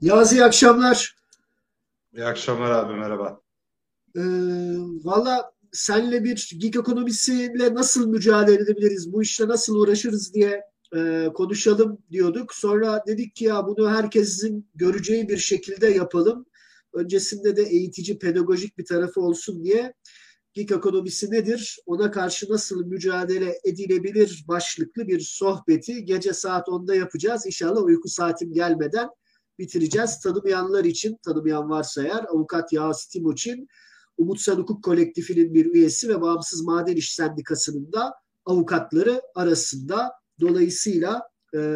Yaz, iyi akşamlar. İyi akşamlar abi, merhaba. Ee, Valla senle bir gig ekonomisiyle nasıl mücadele edebiliriz, bu işle nasıl uğraşırız diye konuşalım diyorduk. Sonra dedik ki ya bunu herkesin göreceği bir şekilde yapalım. Öncesinde de eğitici, pedagojik bir tarafı olsun diye gig ekonomisi nedir, ona karşı nasıl mücadele edilebilir başlıklı bir sohbeti gece saat 10'da yapacağız. İnşallah uyku saatim gelmeden bitireceğiz. Tanımayanlar için, tanımayan varsa eğer, Avukat Yağız Timuçin, Umutsan Hukuk Kolektifi'nin bir üyesi ve Bağımsız Maden İş Sendikası'nın da avukatları arasında. Dolayısıyla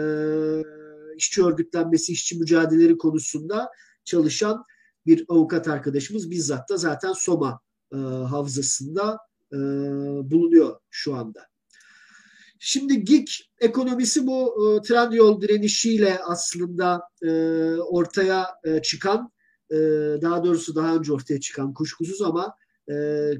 işçi örgütlenmesi, işçi mücadeleleri konusunda çalışan bir avukat arkadaşımız, bizzat da zaten Soma havzasında bulunuyor şu anda. Şimdi gig ekonomisi bu Trendyol direnişiyle aslında ortaya çıkan, daha doğrusu daha önce ortaya çıkan kuşkusuz ama e,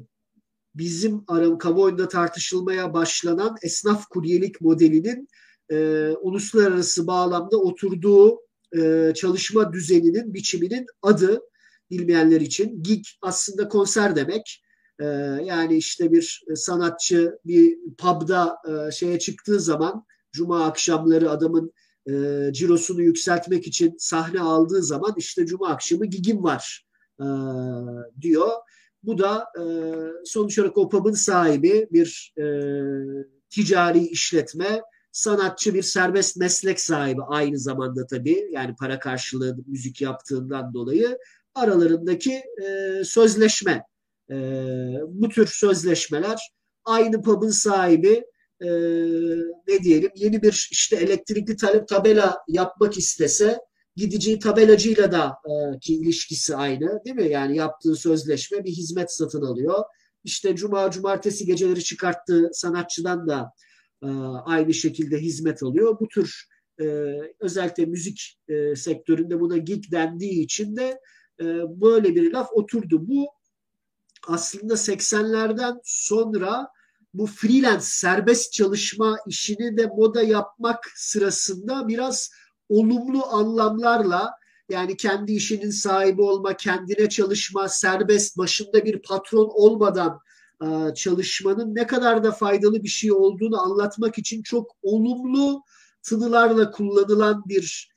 bizim kamuoyunda tartışılmaya başlanan esnaf kuryelik modelinin uluslararası bağlamda oturduğu çalışma düzeninin, biçiminin adı, bilmeyenler için. Gig aslında konser demek. Yani işte bir sanatçı bir pub'da şeye çıktığı zaman, cuma akşamları adamın cirosunu yükseltmek için sahne aldığı zaman, işte cuma akşamı gigim var diyor. Bu da sonuç olarak o pub'ın sahibi bir ticari işletme, sanatçı bir serbest meslek sahibi aynı zamanda tabii, yani para karşılığı müzik yaptığından dolayı aralarındaki sözleşme. E, Bu tür sözleşmeler, aynı pub'ın sahibi e, ne diyelim, yeni bir işte elektrikli tabela yapmak istese, gideceği tabelacıyla da ki ilişkisi aynı değil mi? Yani yaptığı sözleşme, bir hizmet satın alıyor. İşte cumartesi geceleri çıkarttığı sanatçıdan da aynı şekilde hizmet alıyor. Bu tür özellikle müzik sektöründe buna gig dendiği için de böyle bir laf oturdu. Bu aslında 80'lerden sonra bu freelance, serbest çalışma işini de moda yapmak sırasında biraz olumlu anlamlarla, yani kendi işinin sahibi olma, kendine çalışma, serbest, başında bir patron olmadan çalışmanın ne kadar da faydalı bir şey olduğunu anlatmak için çok olumlu tınılarla kullanılan bir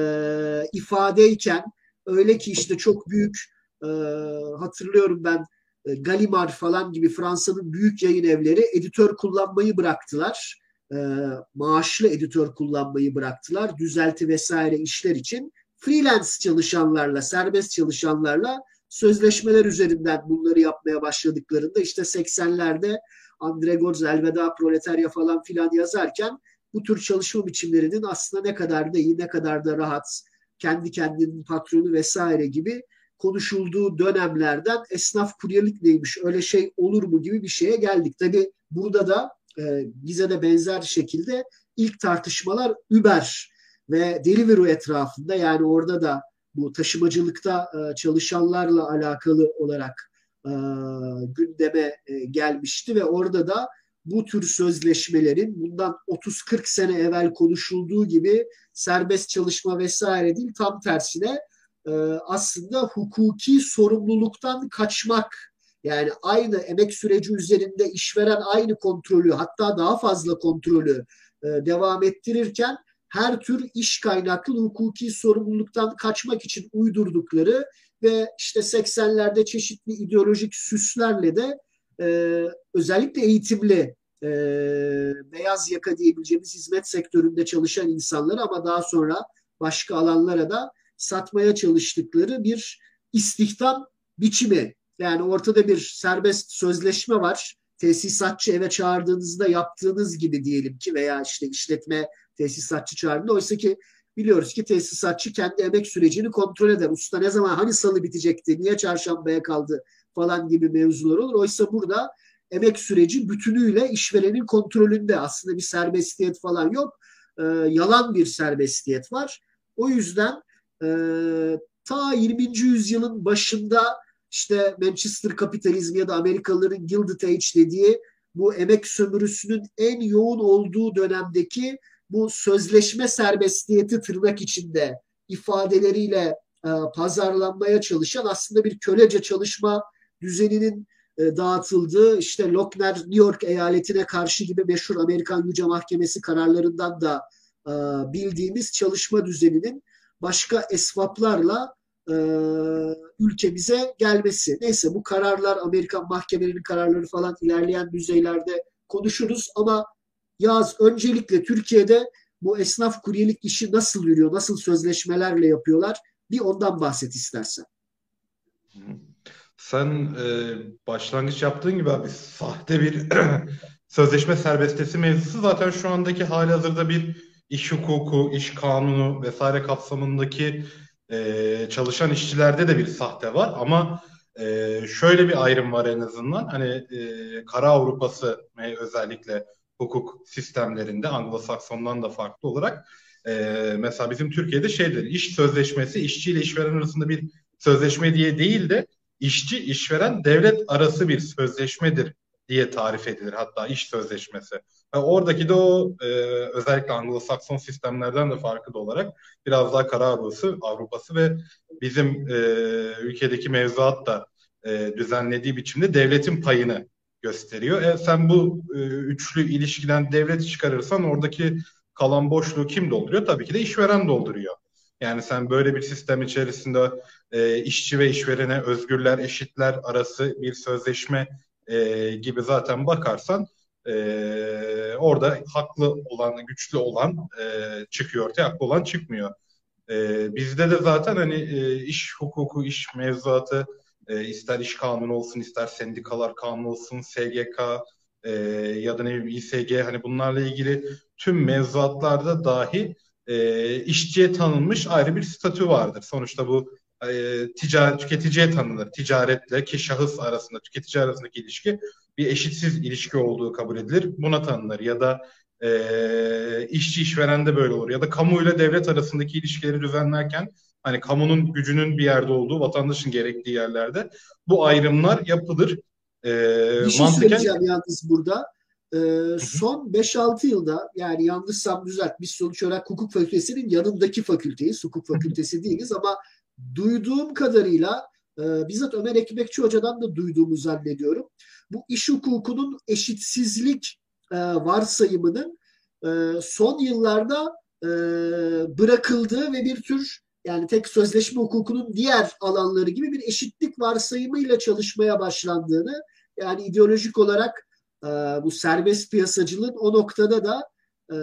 ifadeyken, öyle ki işte çok büyük, e, hatırlıyorum ben, Gallimard falan gibi Fransa'nın büyük yayın evleri editör kullanmayı bıraktılar. Maaşlı editör kullanmayı bıraktılar. Düzelti vesaire işler için. Freelance çalışanlarla, serbest çalışanlarla sözleşmeler üzerinden bunları yapmaya başladıklarında, işte 80'lerde André Gorz Elveda Proletarya falan filan yazarken, bu tür çalışma biçimlerinin aslında ne kadar da iyi, ne kadar da rahat, kendi kendinin patronu vesaire gibi konuşulduğu dönemlerden esnaf kuryelik neymiş, öyle şey olur mu gibi bir şeye geldik. Tabii burada da bize de benzer şekilde ilk tartışmalar Uber ve Deliveroo etrafında, yani orada da bu taşımacılıkta çalışanlarla alakalı olarak gündeme gelmişti ve orada da bu tür sözleşmelerin bundan 30-40 sene evvel konuşulduğu gibi serbest çalışma vesaire değil, tam tersine aslında hukuki sorumluluktan kaçmak, yani aynı emek süreci üzerinde işveren aynı kontrolü, hatta daha fazla kontrolü devam ettirirken, her tür iş kaynaklı hukuki sorumluluktan kaçmak için uydurdukları ve işte 80'lerde çeşitli ideolojik süslerle de e, özellikle eğitimli, e, beyaz yaka diyebileceğimiz hizmet sektöründe çalışan insanları, ama daha sonra başka alanlara da satmaya çalıştıkları bir istihdam biçimi. Yani ortada bir serbest sözleşme var. Tesisatçı eve çağırdığınızda yaptığınız gibi diyelim ki, veya işte işletme tesisatçı çağırdığında, oysa ki biliyoruz ki tesisatçı kendi emek sürecini kontrol eder. Usta ne zaman, hani salı bitecekti, niye çarşambaya kaldı falan gibi mevzular olur. Oysa burada emek süreci bütünüyle işverenin kontrolünde. Aslında bir serbestiyet falan yok. Yalan bir serbestiyet var. O yüzden e, ta 20. yüzyılın başında işte Manchester kapitalizmi ya da Amerikalıların Gilded Age dediği bu emek sömürüsünün en yoğun olduğu dönemdeki bu sözleşme serbestiyeti, tırnak içinde ifadeleriyle pazarlanmaya çalışan aslında bir kölece çalışma düzeninin dağıtıldığı, işte Lochner New York eyaletine karşı gibi meşhur Amerikan Yüce Mahkemesi kararlarından da bildiğimiz çalışma düzeninin başka esvaplarla e, ülkemize gelmesi. Neyse, bu kararlar, Amerikan mahkemelerinin kararları falan ilerleyen düzeylerde konuşuruz ama Yaz, öncelikle Türkiye'de bu esnaf kuryelik işi nasıl yürüyor, nasıl sözleşmelerle yapıyorlar? Bir ondan bahset istersen. Sen başlangıç yaptığın gibi abi sahte bir sözleşme serbestisi mevzusu zaten şu andaki halihazırda bir iş hukuku, iş kanunu vesaire kapsamındaki çalışan işçilerde de bir sahte var ama şöyle bir ayrım var en azından hani Kara Avrupası özellikle hukuk sistemlerinde Anglo-Sakson'dan da farklı olarak mesela bizim Türkiye'de şeydir iş sözleşmesi işçiyle işveren arasında bir sözleşme diye değil de işçi işveren devlet arası bir sözleşmedir diye tarif edilir hatta iş sözleşmesi. Ve oradaki de o özellikle Anglo-Sakson sistemlerden de farklı olarak biraz daha Kara Avrupası ve bizim ülkedeki mevzuat da düzenlediği biçimde devletin payını gösteriyor. Sen bu üçlü ilişkiden devleti çıkarırsan oradaki kalan boşluğu kim dolduruyor? Tabii ki de işveren dolduruyor. Yani sen böyle bir sistem içerisinde işçi ve işverene özgürler, eşitler arası bir sözleşme gibi zaten bakarsan orada haklı olan, güçlü olan çıkıyor ortaya, haklı olan çıkmıyor. Bizde de zaten hani iş hukuku, iş mevzuatı ister iş kanunu olsun, ister sendikalar kanunu olsun, SGK ya da ne bileyim İSG hani bunlarla ilgili tüm mevzuatlarda dahi işçiye tanınmış ayrı bir statü vardır. Sonuçta bu tüketiciye tanınır. Ticaretle ki şahıs arasında, tüketici arasındaki ilişki bir eşitsiz ilişki olduğu kabul edilir. Buna tanınır. Ya da işçi işveren de böyle olur. Ya da kamu ile devlet arasındaki ilişkileri düzenlerken hani kamunun gücünün bir yerde olduğu, vatandaşın gerektiği yerlerde bu ayrımlar yapılır. Bir şey Mantıken. söyleyeceğim yalnız burada. Son 5-6 yılda, yani yanlışsam düzelt, biz sonuç olarak hukuk fakültesinin yanındaki fakülteyiz. Hukuk fakültesi değiliz ama duyduğum kadarıyla bizzat Ömer Ekmekçi Hoca'dan da duyduğumu zannediyorum. Bu iş hukukunun eşitsizlik varsayımının son yıllarda bırakıldığı ve bir tür, yani tek sözleşme hukukunun diğer alanları gibi bir eşitlik varsayımıyla çalışmaya başlandığını, yani ideolojik olarak bu serbest piyasacılığın o noktada da e,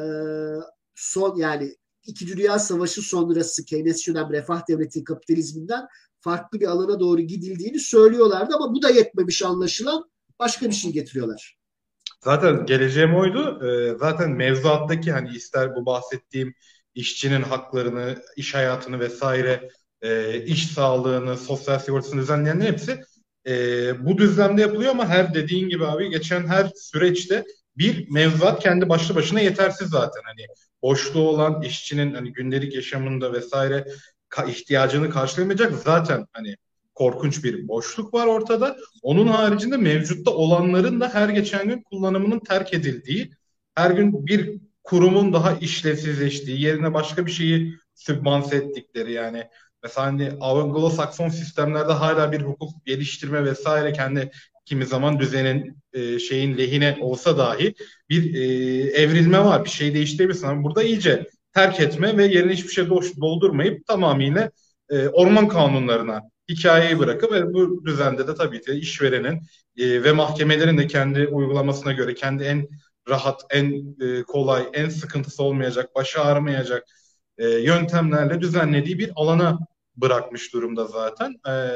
son, yani İkinci Dünya Savaşı sonrası Keynesyen refah devleti kapitalizminden farklı bir alana doğru gidildiğini söylüyorlardı ama bu da yetmemiş anlaşılan, başka bir şey getiriyorlar. Zaten geleceğim oydu. Zaten mevzuattaki hani ister bu bahsettiğim işçinin haklarını, iş hayatını vesaire, iş sağlığını, sosyal sigortasını düzenleyenler hepsi bu düzlemde yapılıyor ama her dediğin gibi abi geçen her süreçte bir mevzuat kendi başlı başına yetersiz zaten. Hani boşluğu olan işçinin hani gündelik yaşamında vesaire ihtiyacını karşılamayacak zaten hani korkunç bir boşluk var ortada. Onun haricinde mevcutta olanların da her geçen gün kullanımının terk edildiği, her gün bir kurumun daha işlevsizleştiği, yerine başka bir şeyi sübvanse ettikleri yani mesela hani Anglo-Sakson sistemlerde hala bir hukuk geliştirme vesaire kendi kimi zaman düzenin şeyin lehine olsa dahi bir evrilme var. Bir şey değiştirebilirsin. Ama burada iyice terk etme ve yerine hiçbir şey doldurmayıp tamamıyla orman kanunlarına hikayeyi bırakıp bu düzende de tabii ki işverenin ve mahkemelerin de kendi uygulamasına göre kendi en rahat, en kolay, en sıkıntısı olmayacak, başı ağrımayacak yöntemlerle düzenlediği bir alana bırakmış durumda zaten.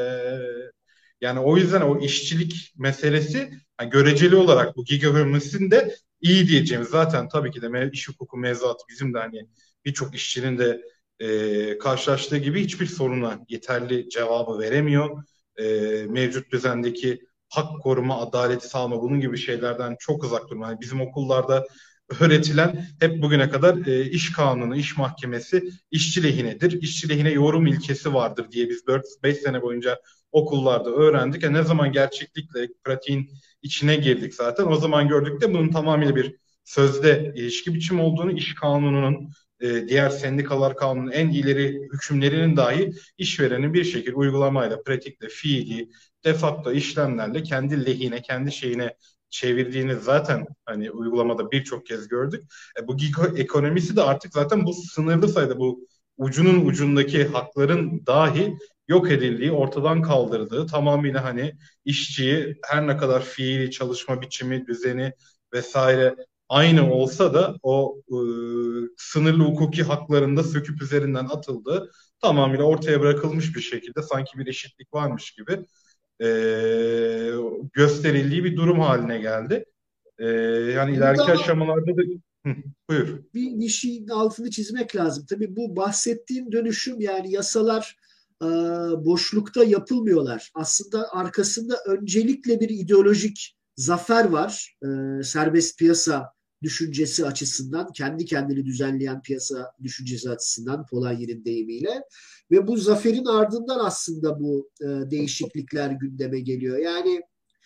Yani o yüzden o işçilik meselesi yani göreceli olarak bu gig ekonomisinin de iyi diyeceğimiz zaten tabii ki de iş hukuku mevzuatı bizim de hani birçok işçinin de karşılaştığı gibi hiçbir soruna yeterli cevabı veremiyor. Mevcut düzendeki hak koruma, adaleti sağlama bunun gibi şeylerden çok uzak durma. Yani bizim okullarda öğretilen hep bugüne kadar iş kanunu, iş mahkemesi işçi lehinedir. İşçi lehine yorum ilkesi vardır diye biz 4-5 sene boyunca okullarda öğrendik. Ne zaman gerçeklikle pratiğin içine girdik zaten o zaman gördük de bunun tamamıyla bir sözde ilişki biçimi olduğunu, iş kanununun, diğer sendikalar kanunun en ileri hükümlerinin dahi işverenin bir şekilde uygulamayla, pratikle, fiili, de facto işlemlerle kendi lehine, kendi şeyine çevirdiğini zaten hani uygulamada birçok kez gördük. Bu gig ekonomisi de artık zaten bu sınırlı sayıda, bu ucunun ucundaki hakların dahi yok edildiği, ortadan kaldırdığı, tamamıyla hani işçiyi her ne kadar fiili çalışma biçimi, düzeni vesaire aynı olsa da o sınırlı hukuki haklarında söküp üzerinden atıldığı, tamamıyla ortaya bırakılmış bir şekilde sanki bir eşitlik varmış gibi e, gösterildiği bir durum haline geldi. Yani Burada ileriki ama aşamalarda da Hı, buyur. bir şeyin altını çizmek lazım. Tabii bu bahsettiğin dönüşüm, yani yasalar boşlukta yapılmıyorlar. Aslında arkasında öncelikle bir ideolojik zafer var. Serbest piyasa düşüncesi açısından, kendi kendini düzenleyen piyasa düşüncesi açısından, Polanyi'nin deyimiyle. Ve bu zaferin ardından aslında bu değişiklikler gündeme geliyor. Yani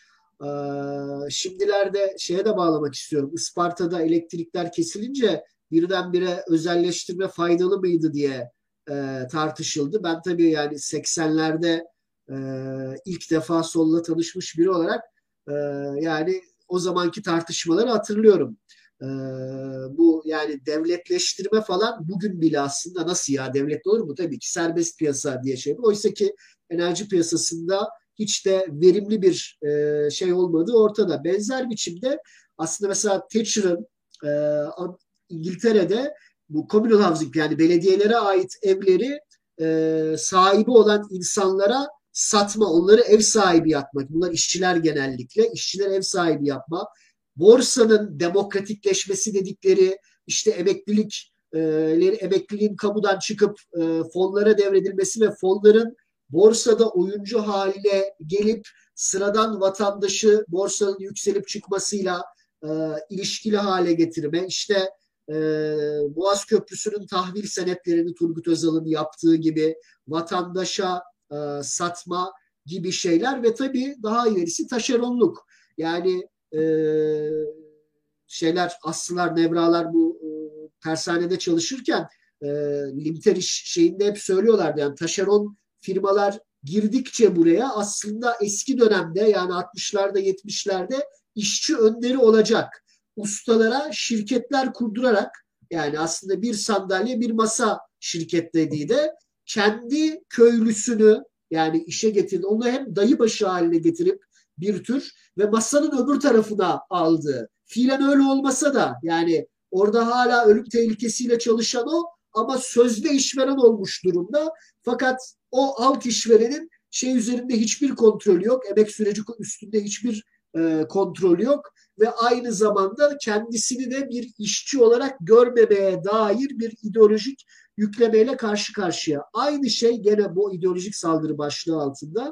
şimdilerde şeye de bağlamak istiyorum. Isparta'da elektrikler kesilince birdenbire özelleştirme faydalı mıydı diye tartışıldı. Ben tabii yani 80'lerde e, ilk defa solla tanışmış biri olarak e, yani o zamanki tartışmaları hatırlıyorum. E, Bu yani devletleştirme falan bugün bile aslında nasıl ya, devlet olur mu? Tabii ki serbest piyasa diye şey. Oysa ki enerji piyasasında hiç de verimli bir şey olmadığı ortada. Benzer biçimde aslında mesela Thatcher'ın e, İngiltere'de bu communal housing, yani belediyelere ait evleri sahibi olan insanlara satma, onları ev sahibi yapmak. Bunlar işçiler genellikle. İşçiler ev sahibi yapma. Borsanın demokratikleşmesi dedikleri, işte emekliliğin kamudan çıkıp fonlara devredilmesi ve fonların borsada oyuncu haline gelip sıradan vatandaşı borsanın yükselip çıkmasıyla ilişkili hale getirme, işte e, Boğaz Köprüsü'nün tahvil senetlerini Turgut Özal'ın yaptığı gibi vatandaşa satma gibi şeyler ve tabii daha ilerisi taşeronluk. Yani Aslılar, Nevralar bu tersanede çalışırken e, limiter iş şeyinde hep söylüyorlardı. Yani taşeron firmalar girdikçe buraya aslında eski dönemde, yani 60'larda 70'lerde işçi önderi olacak ustalara şirketler kurdurarak, yani aslında bir sandalye bir masa şirket dediği de kendi köylüsünü yani işe getirdi. Onu hem dayı başı haline getirip bir tür ve masanın öbür tarafına aldı. Fiilen öyle olmasa da yani orada hala ölüm tehlikesiyle çalışan o, ama sözde işveren olmuş durumda. Fakat o alt işverenin şey üzerinde hiçbir kontrolü yok. Emek süreci üstünde hiçbir kontrolü yok ve aynı zamanda kendisini de bir işçi olarak görmemeye dair bir ideolojik yüklemeyle karşı karşıya. Aynı şey gene bu ideolojik saldırı başlığı altında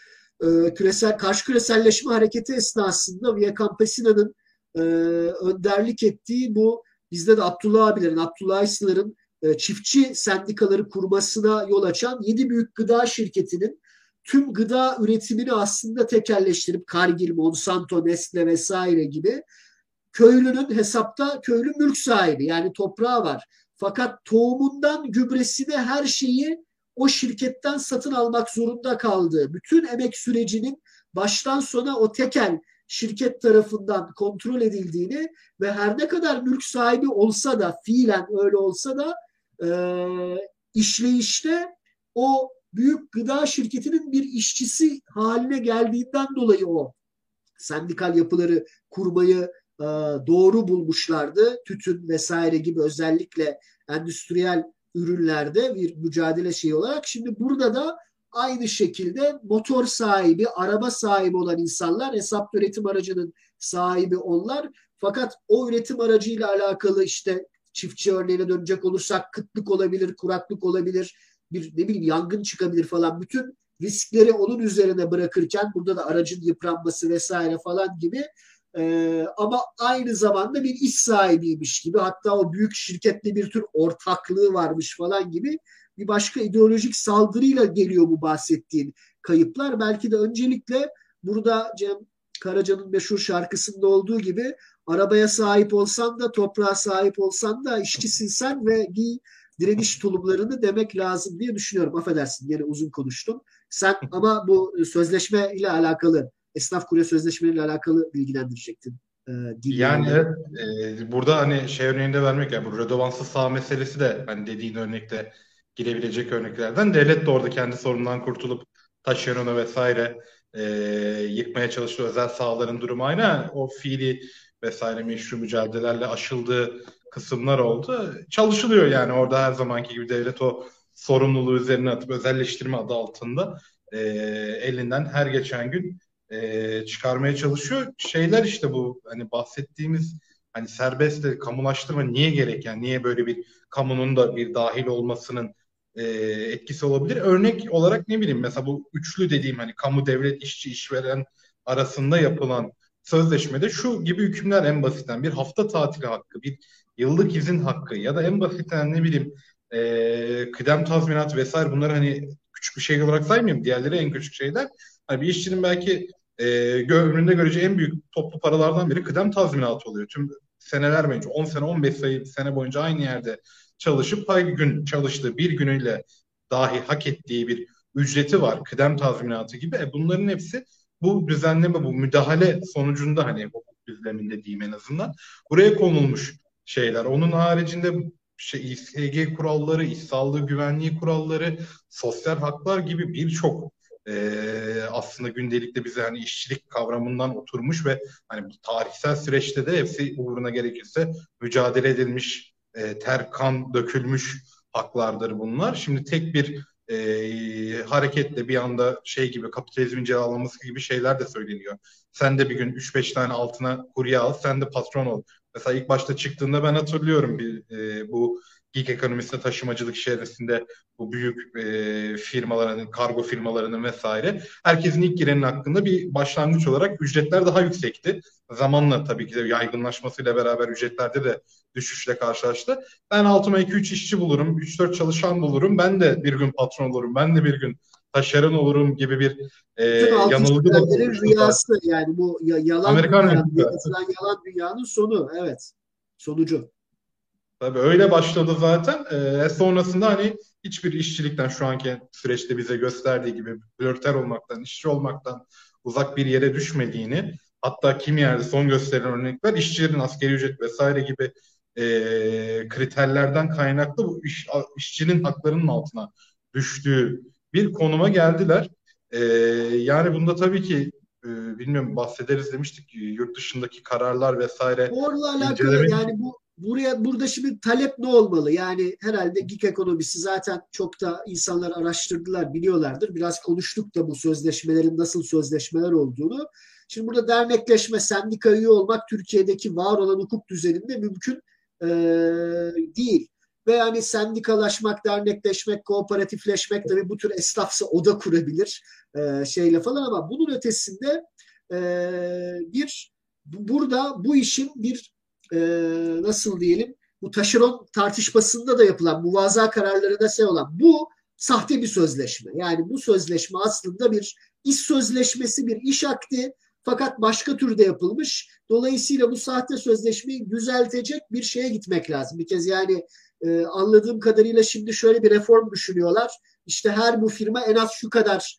karşı küreselleşme hareketi esnasında Via Campesina'nın önderlik ettiği bu, bizde de Abdullah abilerin, Abdullah Aysılar'ın çiftçi sendikaları kurmasına yol açan 7 büyük gıda şirketinin tüm gıda üretimini aslında tekelleştirip Cargill, Monsanto, Nestle vesaire gibi, köylünün hesapta köylü mülk sahibi, yani toprağı var. Fakat tohumundan gübresine her şeyi o şirketten satın almak zorunda kaldığı, bütün emek sürecinin baştan sona o tekel şirket tarafından kontrol edildiğini ve her ne kadar mülk sahibi olsa da, fiilen öyle olsa da e, işleyişte o büyük gıda şirketinin bir işçisi haline geldiğinden dolayı o sendikal yapıları kurmayı doğru bulmuşlardı. Tütün vesaire gibi özellikle endüstriyel ürünlerde bir mücadele şeyi olarak. Şimdi burada da aynı şekilde motor sahibi, araba sahibi olan insanlar, hesaplı üretim aracının sahibi onlar. Fakat o üretim aracıyla alakalı, işte çiftçi örneğine dönecek olursak, kıtlık olabilir, kuraklık olabilir, bir ne bileyim yangın çıkabilir falan. Bütün riskleri onun üzerine bırakırken burada da aracın yıpranması vesaire falan gibi, ama aynı zamanda bir iş sahibiymiş gibi, hatta o büyük şirketle bir tür ortaklığı varmış falan gibi bir başka ideolojik saldırıyla geliyor bu bahsettiğin kayıplar. Belki de öncelikle burada Cem Karaca'nın meşhur şarkısında olduğu gibi arabaya sahip olsan da, toprağa sahip olsan da işçisin sen ve giy direniş tulumlarını demek lazım diye düşünüyorum. Affedersin, yine uzun konuştum. Sen ama bu sözleşme ile alakalı, esnaf kurye sözleşmeleriyle alakalı bilgilendirecektin Yani dinleyenleri. evet, burada hani şey örneğinde vermek, yani bu redovansız saha meselesi de hani dediğin örnekte girebilecek örneklerden. Devlet de orada kendi sorunundan kurtulup taşeronu vesaire e, yıkmaya çalıştığı özel sahaların durumu aynı. O fiili vesaire meşru mücadelelerle aşıldığı kısımlar oldu. Çalışılıyor yani, orada her zamanki gibi devlet o sorumluluğu üzerine atıp özelleştirme adı altında elinden her geçen gün çıkarmaya çalışıyor. Şeyler işte bu hani bahsettiğimiz hani serbest de kamulaştırma niye gerek, yani niye böyle bir kamunun da bir dahil olmasının etkisi olabilir. Örnek olarak ne bileyim, mesela bu üçlü dediğim hani kamu, devlet, işçi, işveren arasında yapılan sözleşmede şu gibi hükümler, en basitten bir hafta tatili hakkı, bir yıllık izin hakkı ya da en basitten ne bileyim kıdem tazminat vesaire, bunları hani küçük bir şey olarak saymayayım. Diğerleri en küçük şeyler. Hani bir işçinin belki ömründe göreceği en büyük toplu paralardan biri kıdem tazminatı oluyor. Tüm seneler boyunca 10 sene 15 sene boyunca aynı yerde çalışıp her gün çalıştığı bir günüyle dahi hak ettiği bir ücreti var. Kıdem tazminatı gibi. Bunların hepsi bu düzenleme, bu müdahale sonucunda hani hukuk düzleminde diyeyim en azından buraya konulmuş şeyler. Onun haricinde şey, İSG kuralları, iş sağlığı güvenliği kuralları, sosyal haklar gibi birçok aslında gündelikte bize hani işçilik kavramından oturmuş ve hani bu tarihsel süreçte de hepsi uğruna gerekirse mücadele edilmiş, ter kan dökülmüş haklardır bunlar. Şimdi tek bir hareketle bir anda şey gibi, kapitalizmin cilalaması gibi şeyler de söyleniyor. Sen de bir gün 3-5 tane altına kurye al, sen de patron ol. Mesela ilk başta çıktığında ben hatırlıyorum bu gig ekonomisinde, taşımacılık içerisinde bu büyük firmaların, kargo firmalarının vesaire, herkesin ilk girenin hakkında bir başlangıç olarak ücretler daha yüksekti. Zamanla tabii ki de yaygınlaşmasıyla beraber ücretlerde de düşüşle karşılaştı. Ben altıma 2-3 işçi bulurum, 3-4 çalışan bulurum, ben de bir gün patron olurum, ben de bir gün taşeron olurum gibi bir Bütün alt yanılgı da işverenlerin oluştu zaten. rüyası, yani bu yalan Amerikan dünyanın, rüyası. yaratılan yalan dünyanın sonu. Evet. Sonucu. Tabii öyle başladı zaten. Sonrasında hani hiçbir işçilikten, şu anki süreçte bize gösterdiği gibi blörter olmaktan, işçi olmaktan uzak bir yere düşmediğini, hatta kimi yerde son gösterilen örnekler işçilerin asgari ücret vesaire gibi kriterlerden kaynaklı bu işçinin haklarının altına düştüğü bir konuma geldiler. E, Yani bunda tabii ki bilmiyorum, bahsederiz demiştik, yurt dışındaki kararlar vesaire Orla alakalı, incelemek. yani burada şimdi talep ne olmalı? Yani herhalde gig ekonomisi zaten çok da insanlar araştırdılar, biliyorlardır. Biraz konuştuk da bu sözleşmelerin nasıl sözleşmeler olduğunu. Şimdi burada dernekleşme, sendika üye olmak Türkiye'deki var olan hukuk düzeninde mümkün e, değil. Ve yani sendikalaşmak, dernekleşmek, kooperatifleşmek, tabii bu tür esnafsa oda kurabilir şeyle falan, ama bunun ötesinde e, bir burada bu işin bir e, nasıl diyelim, bu taşeron tartışmasında da yapılan muvaza kararlarına şey olan bu sahte bir sözleşme. Yani bu sözleşme aslında bir iş sözleşmesi, bir iş akdi, fakat başka türde yapılmış. Dolayısıyla bu sahte sözleşmeyi düzeltecek bir şeye gitmek lazım. Bir kez yani anladığım kadarıyla şimdi şöyle bir reform düşünüyorlar. İşte her bu firma en az şu kadar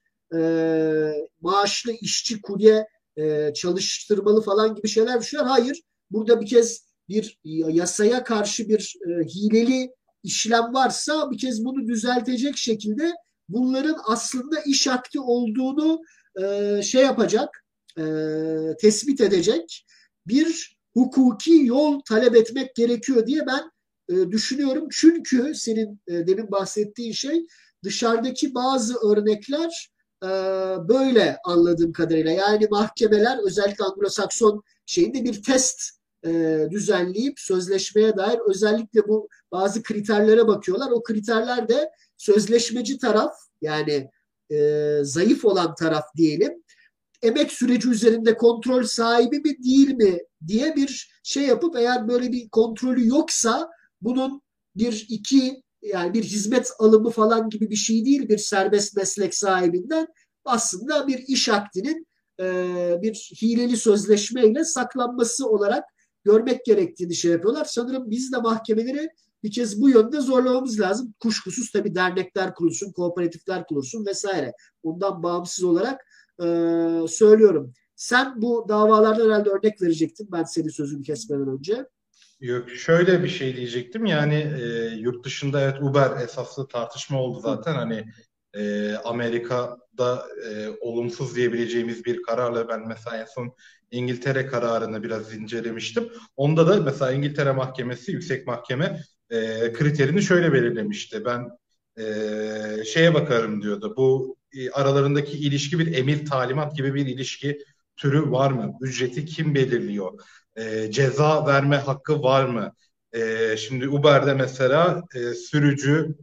maaşlı işçi, kurye çalıştırmalı falan gibi şeyler düşünüyor. Hayır. Burada bir kez bir yasaya karşı bir hileli işlem varsa bir kez bunu düzeltecek şekilde bunların aslında iş akti olduğunu şey yapacak, e, tespit edecek bir hukuki yol talep etmek gerekiyor diye ben düşünüyorum. Çünkü senin demin bahsettiğin şey, dışarıdaki bazı örnekler böyle anladığım kadarıyla. Yani mahkemeler özellikle Anglo-Sakson şeyinde bir test düzenleyip sözleşmeye dair özellikle bu bazı kriterlere bakıyorlar. O kriterler de sözleşmeci taraf, yani zayıf olan taraf diyelim, emek süreci üzerinde kontrol sahibi mi değil mi diye bir şey yapıp, eğer böyle bir kontrolü yoksa bunun bir iki, yani bir hizmet alımı falan gibi bir şey değil, bir serbest meslek sahibinden aslında bir iş akdinin bir hileli sözleşmeyle saklanması olarak görmek gerektiğini şey yapıyorlar. Sanırım biz de mahkemeleri bir kez bu yönde zorlamamız lazım. Kuşkusuz tabii dernekler kurulsun, kooperatifler kurulsun vesaire. Ondan bağımsız olarak söylüyorum. Sen bu davalardan herhalde örnek verecektin. Ben senin sözünü kesmeden önce. Yok, şöyle bir şey diyecektim yani yurt dışında evet Uber esaslı tartışma oldu Hı. zaten hani Amerika'da olumsuz diyebileceğimiz bir kararla ben mesela en son İngiltere kararını biraz incelemiştim. Onda da mesela İngiltere Mahkemesi, Yüksek Mahkeme kriterini şöyle belirlemişti. Ben şeye bakarım diyordu. Bu aralarındaki ilişki bir emir talimat gibi bir ilişki türü var mı? Ücreti kim belirliyor? Ceza verme hakkı var mı? Şimdi Uber'de mesela sürücü,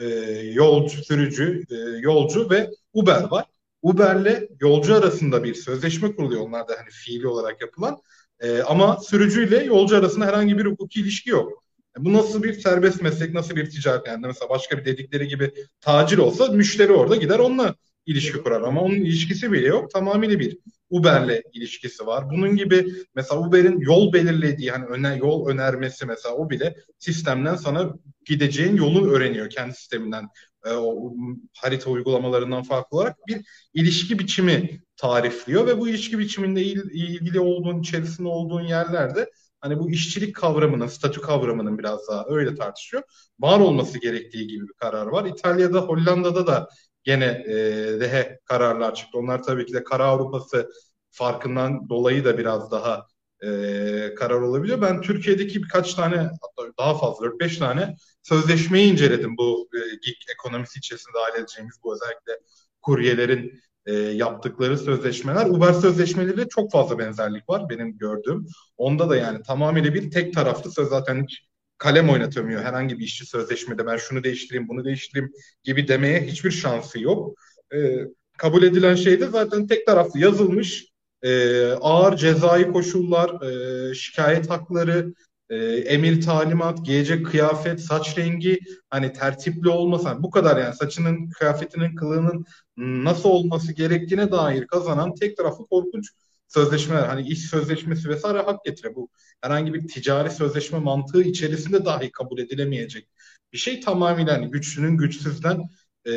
yolcu ve Uber var. Uber'le yolcu arasında bir sözleşme kuruluyor. Onlar da hani fiili olarak yapılan. Ama sürücüyle yolcu arasında herhangi bir hukuki ilişki yok. Bu nasıl bir serbest meslek, nasıl bir ticaret? Yani mesela başka bir dedikleri gibi tacir olsa müşteri orada gider onunla ilişki kurar. Ama onun ilişkisi bile yok. Tamamıyla bir Uber'le ilişkisi var. Bunun gibi mesela Uber'in yol belirlediği hani yol önermesi mesela o bile sistemden sana gideceğin yolu öğreniyor kendi sisteminden. O harita uygulamalarından farklı olarak bir ilişki biçimi tarifliyor ve bu ilişki biçiminde ilgili olduğun, içerisinde olduğun yerlerde hani bu işçilik kavramının, statü kavramının biraz daha öyle tartışıyor. Var olması gerektiği gibi bir karar var. İtalya'da, Hollanda'da da gene rehe kararlar çıktı. Onlar tabii ki de Kara Avrupası farkından dolayı da biraz daha karar olabiliyor. Ben Türkiye'deki birkaç tane hatta daha fazla 4-5 tane sözleşmeyi inceledim bu gig ekonomisi içerisinde dahil edeceğimiz bu özellikle kuryelerin yaptıkları sözleşmeler. Uber sözleşmeleriyle çok fazla benzerlik var benim gördüğüm. Onda da yani tamamıyla bir tek taraflı söz zaten hiç kalem oynatamıyor. Herhangi bir işçi sözleşmede ben şunu değiştireyim, bunu değiştireyim gibi demeye hiçbir şansı yok. Kabul edilen şey de zaten tek taraflı yazılmış ağır cezai koşullar, şikayet hakları, emir talimat, giyecek kıyafet, saç rengi hani tertipli olmasa bu kadar yani saçının, kıyafetinin, kılığının nasıl olması gerektiğine dair kazanan tek taraflı korkunç sözleşmeler. Hani iş sözleşmesi vesaire hak getire. Bu herhangi bir ticari sözleşme mantığı içerisinde dahi kabul edilemeyecek bir şey tamamıyla hani güçlünün güçsüzden e,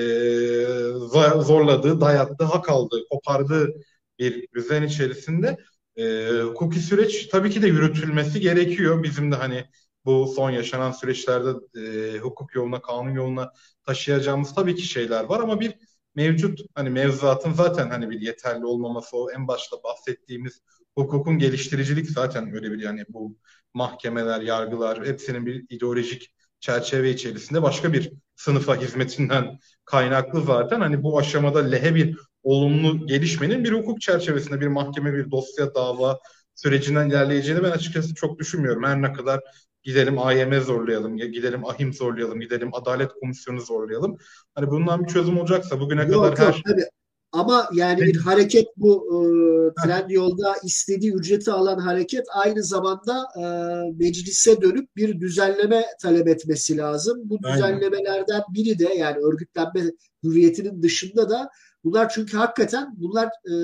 zorladığı, dayattığı, hak aldığı, kopardığı bir düzen içerisinde hukuki süreç tabii ki de yürütülmesi gerekiyor. Bizim de hani bu son yaşanan süreçlerde hukuk yoluna, kanun yoluna taşıyacağımız tabii ki şeyler var ama bir mevcut hani mevzuatın zaten hani bir yeterli olmaması o en başta bahsettiğimiz hukukun geliştiricilik zaten öyle bir yani bu mahkemeler, yargılar hepsinin bir ideolojik çerçeve içerisinde başka bir sınıfa hizmetinden kaynaklı zaten hani bu aşamada lehe bir olumlu gelişmenin bir hukuk çerçevesinde bir mahkeme bir dosya dava sürecinden ilerleyeceğini ben açıkçası çok düşünmüyorum. Her ne kadar gidelim AYM zorlayalım, gidelim AHİM zorlayalım, gidelim Adalet Komisyonu zorlayalım. Hani bundan bir çözüm olacaksa bugüne kadar Yok yok her tabii. Ama yani bir hareket bu Trendyol'da istediği ücreti alan hareket aynı zamanda meclise dönüp bir düzenleme talep etmesi lazım. Bu aynen. düzenlemelerden biri de yani örgütlenme hürriyetinin dışında da bunlar çünkü hakikaten bunlar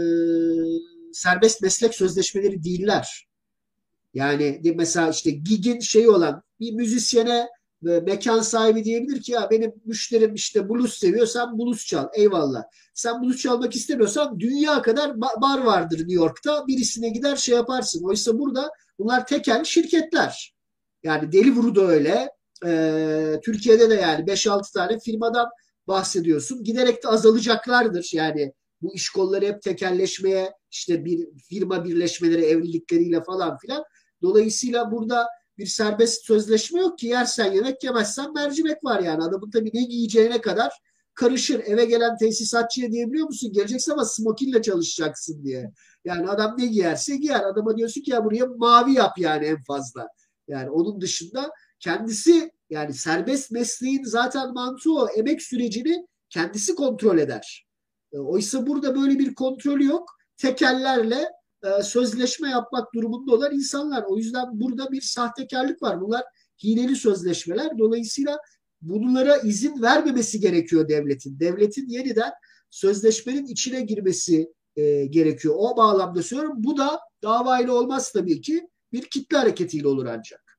serbest meslek sözleşmeleri değiller. Yani mesela işte gig'in şeyi olan bir müzisyene ve mekan sahibi diyebilir ki ya benim müşterim işte blues seviyor sen blues çal eyvallah. Sen blues çalmak istemiyorsan dünya kadar bar vardır New York'ta birisine gider şey yaparsın. Oysa burada bunlar tekel şirketler. Yani Deliveroo da öyle. Türkiye'de de yani 5-6 tane firmadan bahsediyorsun. Giderek de azalacaklardır. Yani bu iş kolları hep tekelleşmeye işte bir firma birleşmeleri evlilikleriyle falan filan. Dolayısıyla burada bir serbest sözleşme yok ki yersen yemek yemezsen mercimek var yani. Adamın tabii ne giyeceğine kadar karışır. Eve gelen tesisatçıya diyebiliyor musun? Geleceksin ama smokinle çalışacaksın diye. Yani adam ne giyerse giyer. Adama diyorsun ki ya buraya mavi yap yani en fazla. Yani onun dışında kendisi yani serbest mesleğin zaten mantığı o. Emek sürecini kendisi kontrol eder. Oysa burada böyle bir kontrolü yok. Tekellerle sözleşme yapmak durumunda olan insanlar. O yüzden burada bir sahtekarlık var. Bunlar hileli sözleşmeler. Dolayısıyla bunlara izin vermemesi gerekiyor devletin. Devletin yeniden sözleşmenin içine girmesi gerekiyor. O bağlamda söylüyorum. Bu da davayla olmaz tabii ki. bir kitle hareketiyle olur ancak.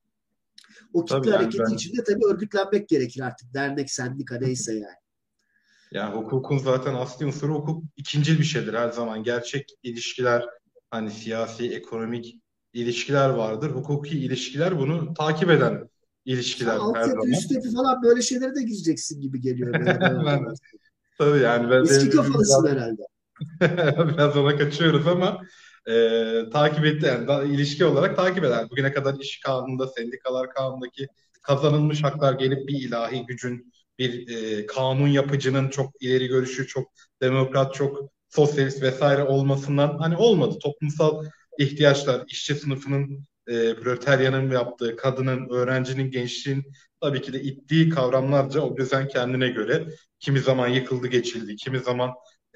O Tabii kitle yani hareketi ben içinde tabii örgütlenmek gerekir artık. Dernek, sendika neyse yani. yani hukukun zaten asli unsuru hukuk ikincil bir şeydir her zaman. Gerçek ilişkiler hani siyasi, ekonomik ilişkiler vardır. Hukuki ilişkiler bunu takip eden Sen ilişkiler her altyapı, zaman. üstyapı falan böyle şeylere de gireceksin gibi geliyor böyle devam Ben edersen. tabii yani Eski benim kafalısın biraz herhalde. biraz ona kaçıyoruz ama takip etti yani ilişki olarak takip eder. Bugüne kadar iş kanununda, sendikalar kanunundaki kazanılmış haklar gelip bir ilahi gücün, bir kanun yapıcının çok ileri görüşü, çok demokrat, çok sosyalist vesaire olmasından hani olmadı. Toplumsal ihtiyaçlar, işçi sınıfının, proletaryanın yaptığı, kadının, öğrencinin, gençliğin tabii ki de ittiği kavramlarca o düzen kendine göre kimi zaman yıkıldı, geçildi, kimi zaman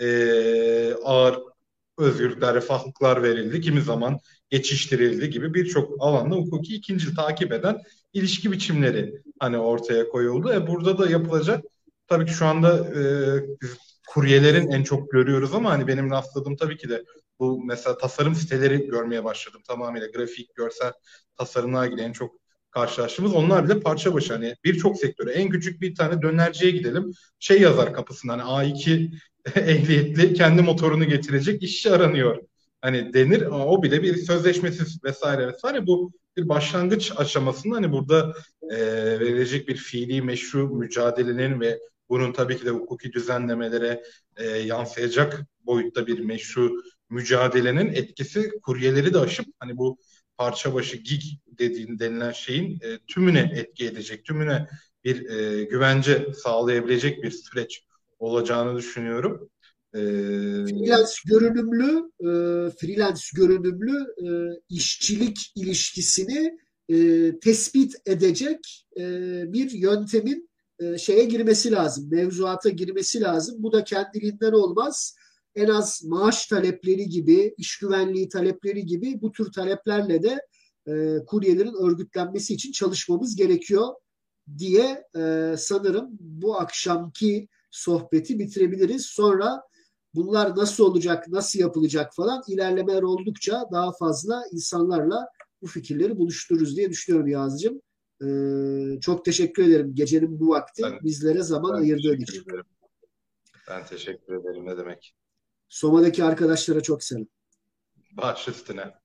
ağır özgürlükler, refahlıklar verildi. Kimi zaman geçiştirildi gibi birçok alanda hukuki ikincil takip eden ilişki biçimleri hani ortaya koyuldu. Burada da yapılacak tabii ki şu anda biz kuryelerin en çok görüyoruz ama hani benim rastladığım tabii ki de bu mesela tasarım siteleri görmeye başladım. Tamamıyla grafik, görsel tasarımlar ilgili en çok karşılaştığımız onlar bile parça başı hani birçok sektöre en küçük bir tane dönerciye gidelim şey yazar kapısında hani A2 ehliyetli kendi motorunu getirecek işçi aranıyor. Hani denir ama o bile bir sözleşmesiz vesaire vesaire. Bu bir başlangıç aşamasında hani burada verilecek bir fiili meşru mücadelenin ve bunun tabii ki de hukuki düzenlemelere yansıyacak boyutta bir meşru mücadelenin etkisi kuryeleri de aşıp hani bu parça başı gig denilen şeyin tümüne etki edecek, tümüne bir güvence sağlayabilecek bir süreç olacağını düşünüyorum. Ee, Freelance görünümlü, freelance görünümlü işçilik ilişkisini tespit edecek bir yöntemin şeye girmesi lazım, mevzuata girmesi lazım. Bu da kendiliğinden olmaz. En az maaş talepleri gibi, iş güvenliği talepleri gibi bu tür taleplerle de kuryelerin örgütlenmesi için çalışmamız gerekiyor diye sanırım bu akşamki sohbeti bitirebiliriz. Sonra bunlar nasıl olacak, nasıl yapılacak falan ilerlemeler oldukça daha fazla insanlarla bu fikirleri buluştururuz diye düşünüyorum Yazıcığım. Çok teşekkür ederim gecenin bu vakti ben, bizlere zaman ben ayırdığın teşekkür için. ederim. Ben teşekkür ederim. Ne demek? Soma'daki arkadaşlara çok selam. Baş üstüne.